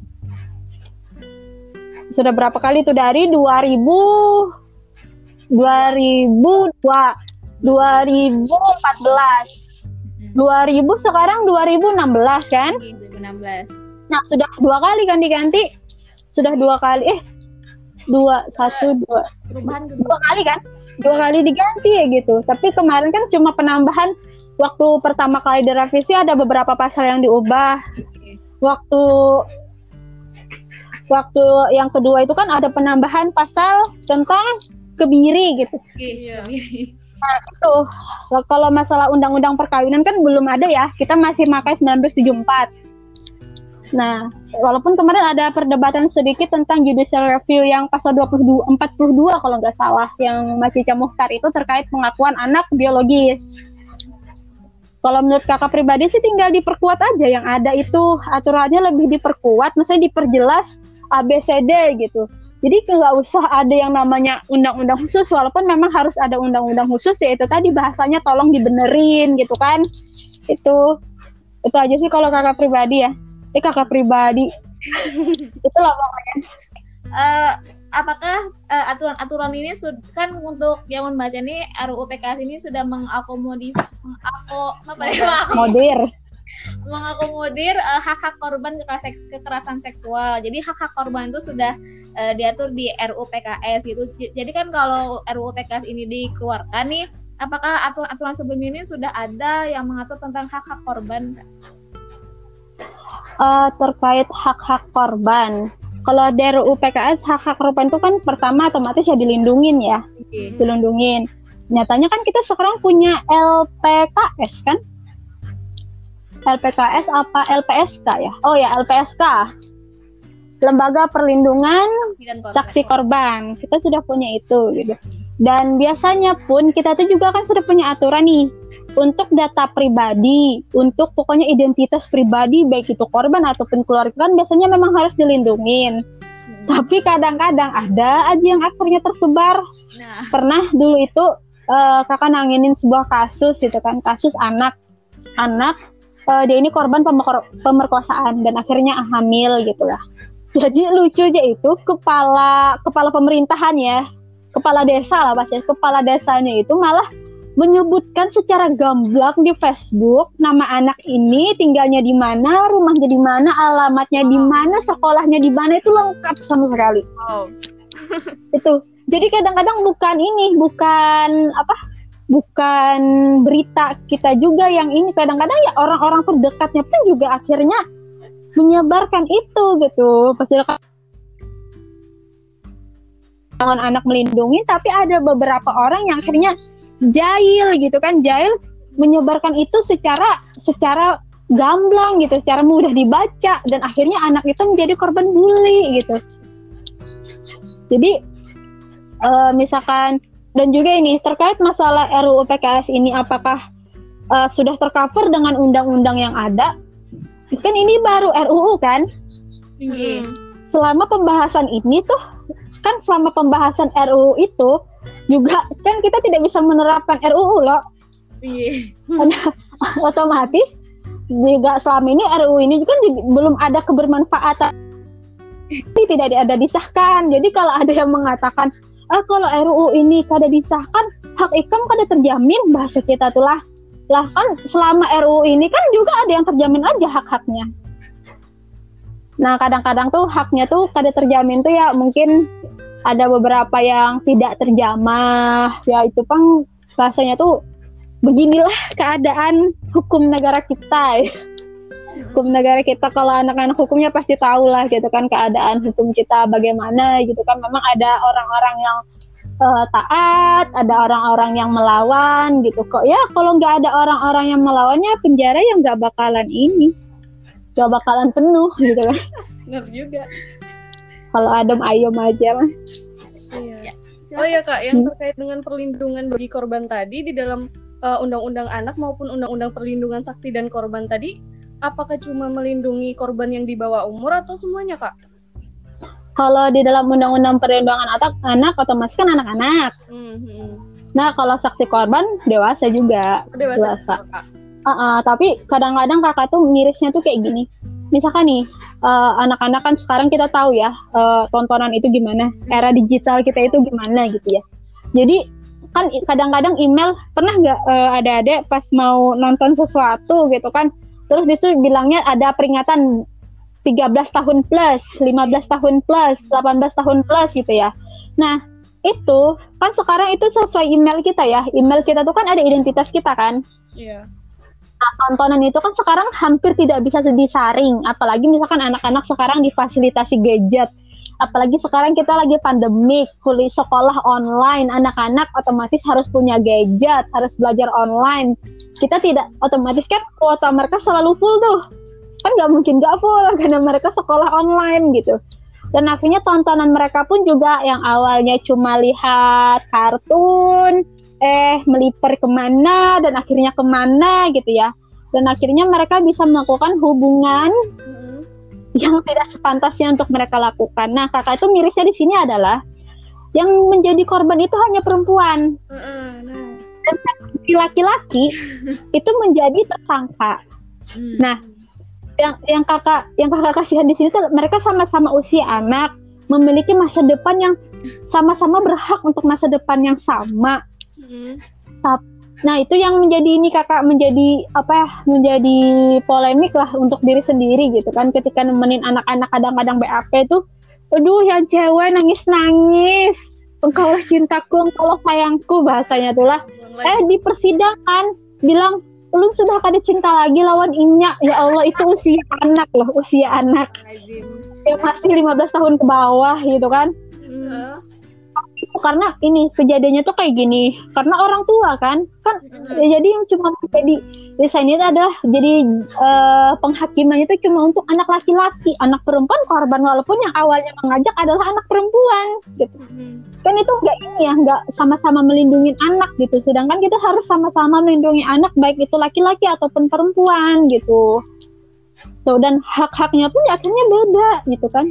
sudah berapa kali tuh dari dua ribu dua ribu dua dua ribu empat belas dua ribu sekarang dua ribu enam belas kan? dua ribu enam belas. Nah sudah dua kali kan diganti, sudah dua kali eh dua satu dua perubahan dua kali kan? Dua kali diganti ya gitu. Tapi kemarin kan cuma penambahan, waktu pertama kali direvisi ada beberapa pasal yang diubah. Waktu waktu yang kedua itu kan ada penambahan pasal tentang kebiri gitu. Iya. Nah itu kalau masalah undang-undang perkawinan kan belum ada ya. Kita masih pakai seribu sembilan ratus tujuh puluh empat. Nah, walaupun kemarin ada perdebatan sedikit tentang judicial review yang pasal dua puluh dua, empat puluh dua kalau nggak salah, yang Mas Cica Muhtar itu terkait pengakuan anak biologis. Kalau menurut kakak pribadi sih tinggal diperkuat aja, yang ada itu aturannya lebih diperkuat, maksudnya diperjelas A B C D gitu. Jadi nggak usah ada yang namanya undang-undang khusus, walaupun memang harus ada undang-undang khusus, yaitu tadi bahasanya tolong dibenerin gitu kan. Itu itu aja sih kalau kakak pribadi ya. Eh kakak pribadi itulah pokoknya. Uh, apakah uh, aturan-aturan ini sud- kan untuk yang membaca ini R U U P K S ini sudah mengakomodis mengako apa ya mengakomodir mengakomodir uh, hak-hak korban kekerasan, kekerasan seksual. Jadi hak-hak korban itu sudah uh, diatur di R U U P K S gitu. Jadi kan kalau R U U P K S ini dikeluarkan nih, apakah aturan-aturan sebelumnya ini sudah ada yang mengatur tentang hak-hak korban? Uh, terkait hak-hak korban, kalau dari R U U P K S hak-hak korban itu kan pertama otomatis ya dilindungin ya, okay. dilindungin. Nyatanya kan kita sekarang punya L P K S kan, L P K S apa L P S K ya? Oh ya L P S K, Lembaga Perlindungan Saksi, Saksi Korban. Kita sudah punya itu gitu. Dan biasanya pun kita tuh juga kan sudah punya aturan nih. Untuk data pribadi, untuk pokoknya identitas pribadi, baik itu korban ataupun keluarga kan biasanya memang harus dilindungin. Hmm. Tapi kadang-kadang ada aja yang akhirnya tersebar. Nah. Pernah dulu itu uh, kakak nanginin sebuah kasus gitu kan, kasus anak, anak uh, dia ini korban pemer- pemerkosaan dan akhirnya hamil gitu lah. Jadi lucunya itu kepala kepala pemerintahan ya, kepala desa lah bahasanya, kepala desanya itu malah menyebutkan secara gamblang di Facebook nama anak ini tinggalnya di mana, rumahnya di mana, alamatnya di mana, sekolahnya di mana, itu lengkap sama sekali. Oh. Itu. Jadi kadang-kadang bukan ini, bukan apa? Bukan berita kita juga yang ini, kadang-kadang ya orang-orang terdekatnya pun juga akhirnya menyebarkan itu gitu. Pasti anak melindungi, tapi ada beberapa orang yang akhirnya jahil gitu kan, jahil menyebarkan itu secara secara gamblang gitu, secara mudah dibaca, dan akhirnya anak itu menjadi korban bully gitu. Jadi uh, misalkan, dan juga ini terkait masalah R U U P K S ini apakah uh, sudah tercover dengan undang-undang yang ada? Kan ini baru R U U kan? Mm-hmm. Selama pembahasan ini tuh kan selama pembahasan R U U itu juga kan kita tidak bisa menerapkan R U U loh. Iya. Otomatis juga selama ini R U U ini kan juga belum ada kebermanfaatan. Ini tidak ada disahkan. Jadi kalau ada yang mengatakan, ah kalau R U U ini kada disahkan, hak ikam kada terjamin, bahasa kita tuh lah. Lah kan selama R U U ini kan juga ada yang terjamin aja hak-haknya. Nah kadang-kadang tuh haknya tuh kada terjamin tuh ya mungkin ada beberapa yang tidak terjamah. Ya itu kan bahasanya tuh beginilah keadaan hukum negara kita. Hukum negara kita, kalau anak-anak hukumnya pasti tahu lah gitu kan keadaan hukum kita bagaimana gitu kan. Memang ada orang-orang yang uh, taat, ada orang-orang yang melawan gitu kok. Ya kalau nggak ada orang-orang yang melawannya, penjara yang nggak bakalan ini, nggak bakalan penuh gitu kan. Benar juga. Kalau adem ayem aja mah. Iya. Oh ya Kak, yang terkait dengan perlindungan bagi korban tadi di dalam uh, undang-undang anak maupun undang-undang perlindungan saksi dan korban tadi, apakah cuma melindungi korban yang di bawah umur atau semuanya, Kak? Kalau di dalam undang-undang perlindungan anak, anak otomatis kan anak-anak. Mm-hmm. Nah, kalau saksi korban dewasa juga. Dewasa. dewasa. Uh-uh, tapi kadang-kadang kakak tuh mirisnya tuh kayak gini. Misalkan nih, uh, anak-anak kan sekarang kita tahu ya, uh, tontonan itu gimana, era digital kita itu gimana gitu ya. Jadi kan kadang-kadang email, pernah nggak uh, ada-ada pas mau nonton sesuatu gitu kan, terus disitu bilangnya ada peringatan tiga belas tahun plus, lima belas tahun plus, delapan belas tahun plus gitu ya. Nah, itu kan sekarang itu sesuai email kita ya. Email kita tuh kan ada identitas kita kan. Iya. Nah, tontonan itu kan sekarang hampir tidak bisa disaring. Apalagi misalkan anak-anak sekarang difasilitasi gadget. Apalagi sekarang kita lagi pandemik, kuliah sekolah online, anak-anak otomatis harus punya gadget, harus belajar online. Kita tidak otomatis kan kuota mereka selalu full tuh, kan nggak mungkin nggak full karena mereka sekolah online gitu. Dan akhirnya tontonan mereka pun juga yang awalnya cuma lihat kartun, eh melipir kemana dan akhirnya kemana gitu ya. Dan akhirnya mereka bisa melakukan hubungan mm-hmm. yang tidak sepantasnya untuk mereka lakukan. Nah, kakak itu mirisnya di sini adalah yang menjadi korban itu hanya perempuan. Mm-hmm. Dan laki-laki itu menjadi tersangka. Hmm. Nah, yang yang kakak yang kakak kasihan di sini tuh mereka sama-sama usia anak, memiliki masa depan yang sama-sama berhak untuk masa depan yang sama. Hmm. Nah, itu yang menjadi ini kakak menjadi apa ya? Menjadi polemik lah untuk diri sendiri gitu kan, ketika nemenin anak-anak kadang-kadang B A P tuh, aduh yang cewek nangis-nangis. Engkaulah cintaku, engkaulah sayangku, bahasanya tuh lah. Eh di persidangan bilang lu sudah kada cinta lagi lawan Inya. Ya Allah, itu usia anak loh, usia anak yang masih lima belas tahun ke bawah gitu kan. Hmm. Karena ini kejadiannya tuh kayak gini, karena orang tua kan kan hmm. ya, jadi yang cuma jadi desain itu adalah jadi uh, penghakimannya itu cuma untuk anak laki-laki, anak perempuan korban walaupun yang awalnya mengajak adalah anak perempuan gitu. Hmm. Kan itu nggak ini ya, nggak sama-sama melindungi anak gitu, sedangkan kita harus sama-sama melindungi anak baik itu laki-laki ataupun perempuan gitu. Tuh, dan hak-haknya pun ya akhirnya beda gitu kan.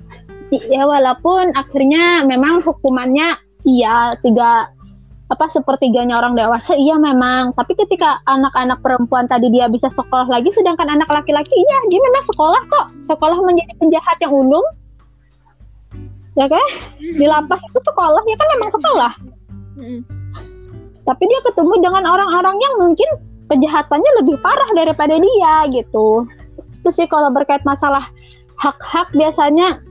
Ya walaupun akhirnya memang hukumannya iya tiga apa sepertiganya orang dewasa, iya memang, tapi ketika anak-anak perempuan tadi dia bisa sekolah lagi, sedangkan anak laki-laki iya dia memang sekolah kok, sekolah menjadi penjahat yang ulung. Ya kan? Di lapas itu sekolah, ya kan memang sekolah. Hmm. Tapi dia ketemu dengan orang-orang yang mungkin kejahatannya lebih parah daripada dia gitu. Itu sih kalau berkait masalah hak-hak biasanya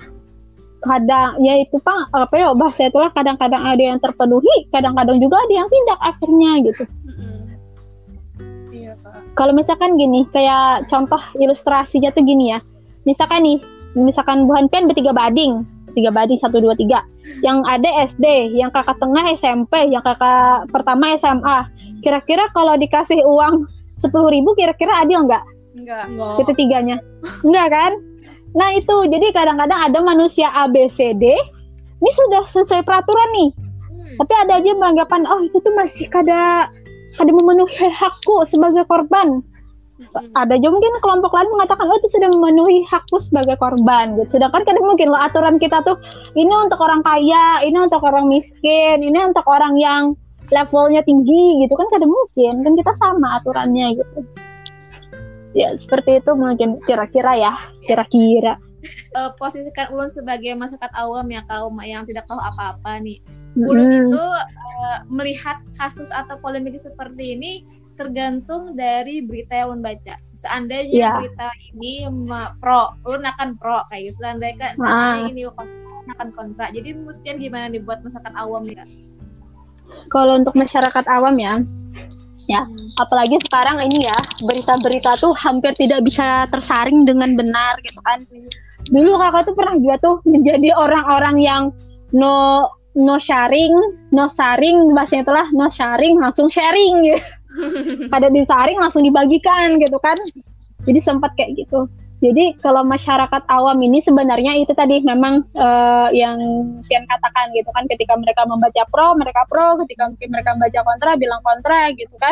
kadang ya itu Pak, apa ya bahasa itulah kadang-kadang ada yang terpenuhi, kadang-kadang juga ada yang tidak akhirnya gitu. Mm-hmm. Iya Pak. Kalau misalkan gini, kayak contoh ilustrasinya tuh gini ya. Misalkan nih, misalkan Bu Hanpian bertiga bading. tiga bading, satu, dua, tiga. Yang ada S D, yang kakak tengah S M P, yang kakak pertama S M A. Kira-kira kalau dikasih uang sepuluh ribu, kira-kira adil nggak? Enggak. Itu tiganya. Enggak kan? Nah itu, jadi kadang-kadang ada manusia A, B, C, D, ini sudah sesuai peraturan nih. Hmm. Tapi ada aja beranggapan, oh itu tuh masih kada, kada memenuhi hakku sebagai korban. Hmm. Ada juga mungkin kelompok lain mengatakan oh itu sudah memenuhi hakku sebagai korban gitu. Sedangkan kadang mungkin loh aturan kita tuh ini untuk orang kaya, ini untuk orang miskin, ini untuk orang yang levelnya tinggi gitu kan, kadang mungkin kan kita sama aturannya gitu. Ya seperti itu mungkin kira-kira ya kira-kira. Uh, posisikan ulun sebagai masyarakat awam ya, kaum yang tidak tahu apa-apa nih. Ulun hmm. itu uh, melihat kasus atau polemik seperti ini tergantung dari berita yang ulun baca. Seandainya yeah. berita ini pro, ulun akan pro kayak gitu. Seandainya, seandainya ah. ini akan kontra. Jadi menurut kalian gimana nih buat masyarakat awam nih Kak? Kalau untuk masyarakat awam ya, ya hmm. apalagi sekarang ini ya berita-berita tuh hampir tidak bisa tersaring dengan benar gitu kan. Dulu kakak tuh pernah juga tuh menjadi orang-orang yang no no sharing, no sharing bahasanya itulah no sharing langsung sharing gitu. Pada disaring langsung dibagikan gitu kan. Jadi sempat kayak gitu. Jadi kalau masyarakat awam ini sebenarnya itu tadi memang uh, yang Tian katakan gitu kan, ketika mereka membaca pro, mereka pro, ketika mungkin mereka membaca kontra, bilang kontra gitu kan.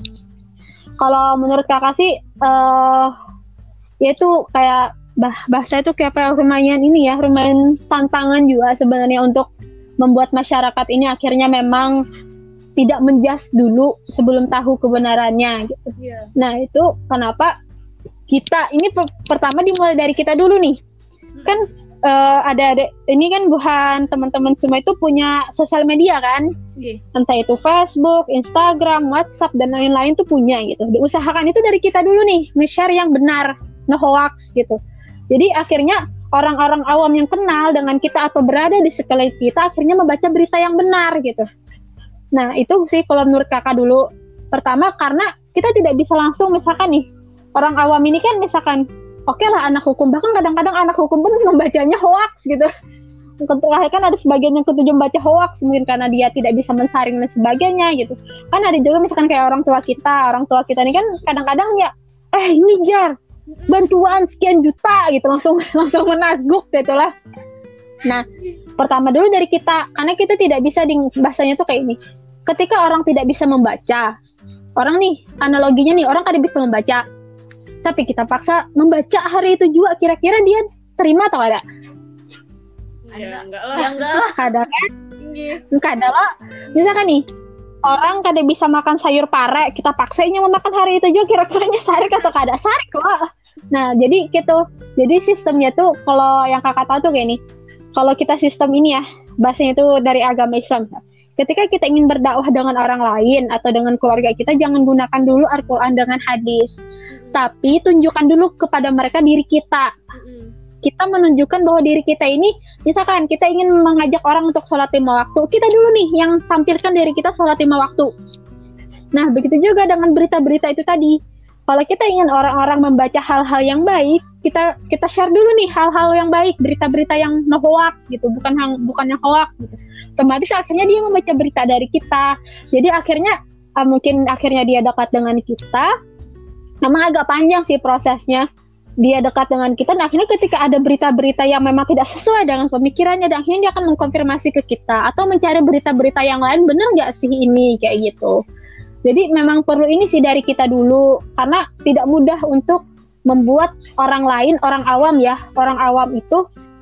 Kalau menurut kakak sih, uh, ya itu kayak bah bahasa itu kayak apa, lumayan ini ya, lumayan tantangan juga sebenarnya untuk membuat masyarakat ini akhirnya memang tidak menjas dulu sebelum tahu kebenarannya gitu. Yeah. Nah itu kenapa kita ini per- pertama dimulai dari kita dulu nih. Kan uh, ada ada ini kan buhan teman-teman semua itu punya sosial media kan. Okay. Entah itu Facebook, Instagram, WhatsApp dan lain-lain tuh punya gitu. Diusahakan itu dari kita dulu nih, nge-share yang benar, no hoax gitu. Jadi akhirnya orang-orang awam yang kenal dengan kita atau berada di sekeliling kita akhirnya membaca berita yang benar gitu. Nah, itu sih kalau menurut kakak dulu. Pertama karena kita tidak bisa langsung misalkan nih orang awam ini kan misalkan, oke okay lah anak hukum, bahkan kadang-kadang anak hukum pun membacanya hoax gitu. Ketika kan ada sebagian yang ketujuh membaca hoax, mungkin karena dia tidak bisa mensaring dan sebagainya gitu. Kan ada juga misalkan kayak orang tua kita, orang tua kita ini kan kadang-kadang ya, eh ini jar, bantuan sekian juta gitu, langsung langsung menaguk gitu lah. Nah, pertama dulu dari kita, karena kita tidak bisa di bahasanya tuh kayak ini. Ketika orang tidak bisa membaca, orang nih, analoginya nih, orang kan bisa membaca, tapi kita paksa membaca hari itu juga, kira-kira dia terima atau ada? Ya enggak lah. Ya enggak lah. Ada kan? Enggak ada lah. Misalkan nih, orang kada bisa makan sayur pare, kita paksainnya memakan hari itu juga, kira-kiranya sarik atau kada sarik lah. Nah, jadi gitu. Jadi sistemnya tuh, kalau yang kakak tahu tuh kayak ini, kalau kita sistem ini ya, bahasanya itu dari agama Islam. Ketika kita ingin berdakwah dengan orang lain atau dengan keluarga kita, jangan gunakan dulu Al-Quran dengan hadis. Tapi tunjukkan dulu kepada mereka diri kita. Kita menunjukkan bahwa diri kita ini, misalkan kita ingin mengajak orang untuk sholat lima waktu, kita dulu nih yang tampilkan diri kita sholat lima waktu. Nah, begitu juga dengan berita-berita itu tadi. Kalau kita ingin orang-orang membaca hal-hal yang baik, kita kita share dulu nih hal-hal yang baik, berita-berita yang no hoax gitu, bukan yang bukan yang hoax gitu. Otomatis akhirnya dia membaca berita dari kita. Jadi akhirnya uh, mungkin akhirnya dia dekat dengan kita. Memang agak panjang sih prosesnya. Dia dekat dengan kita, dan akhirnya ketika ada berita-berita yang memang tidak sesuai dengan pemikirannya, dan akhirnya dia akan mengkonfirmasi ke kita atau mencari berita-berita yang lain, benar nggak sih ini kayak gitu. Jadi memang perlu ini sih dari kita dulu, karena tidak mudah untuk membuat orang lain, orang awam ya, orang awam itu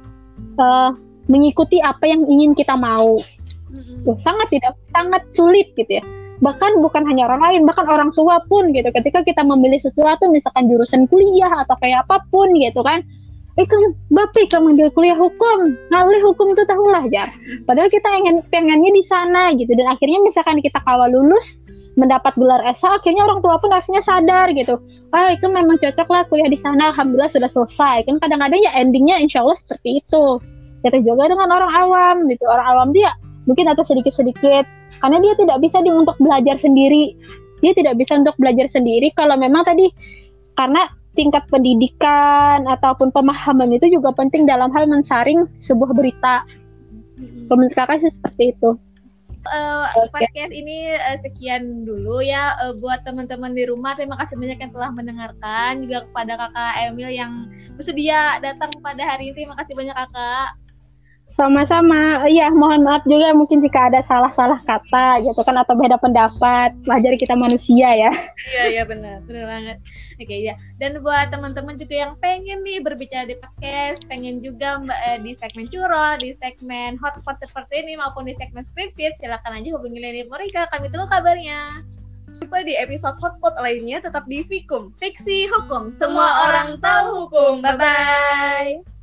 uh, mengikuti apa yang ingin kita mau. Tuh, sangat tidak, sangat sulit gitu ya. Bahkan bukan hanya orang lain, bahkan orang tua pun gitu. Ketika kita memilih sesuatu, misalkan jurusan kuliah atau kayak apapun gitu kan, eh kan bapak kamu ambil kuliah hukum, ngalih hukum itu tahulah jar. Padahal kita ingin pengennya di sana gitu, dan akhirnya misalkan kita kawal lulus mendapat gelar S H, akhirnya orang tua pun akhirnya sadar gitu, ah itu memang cocok lah kuliah di sana, alhamdulillah sudah selesai. Kan kadang-kadang ya endingnya insya Allah seperti itu. Kita juga dengan orang awam gitu, orang awam dia mungkin atau sedikit-sedikit, karena dia tidak bisa di, untuk belajar sendiri, dia tidak bisa untuk belajar sendiri kalau memang tadi, karena tingkat pendidikan ataupun pemahaman itu juga penting dalam hal mensaring sebuah berita. Menurut kakak sih seperti itu. Uh, okay. Podcast ini uh, sekian dulu ya uh, buat teman-teman di rumah. Terima kasih banyak yang telah mendengarkan, juga kepada kakak Emil yang bersedia datang pada hari ini. Terima kasih banyak kakak. Sama-sama, iya mohon maaf juga mungkin jika ada salah-salah kata gitu kan, atau beda pendapat, wajar kita manusia ya. Iya iya benar, benar banget. Oke ya, dan buat teman-teman juga yang pengen nih berbicara di podcast, pengen juga eh, di segmen curol, di segmen hotpot seperti ini maupun di segmen Scriptsheet, silakan aja hubungi Leni Morika, kami tunggu kabarnya. Jumpa di episode hotpot lainnya, tetap di Fikum, Fiksi Hukum, semua orang tahu hukum. Bye bye.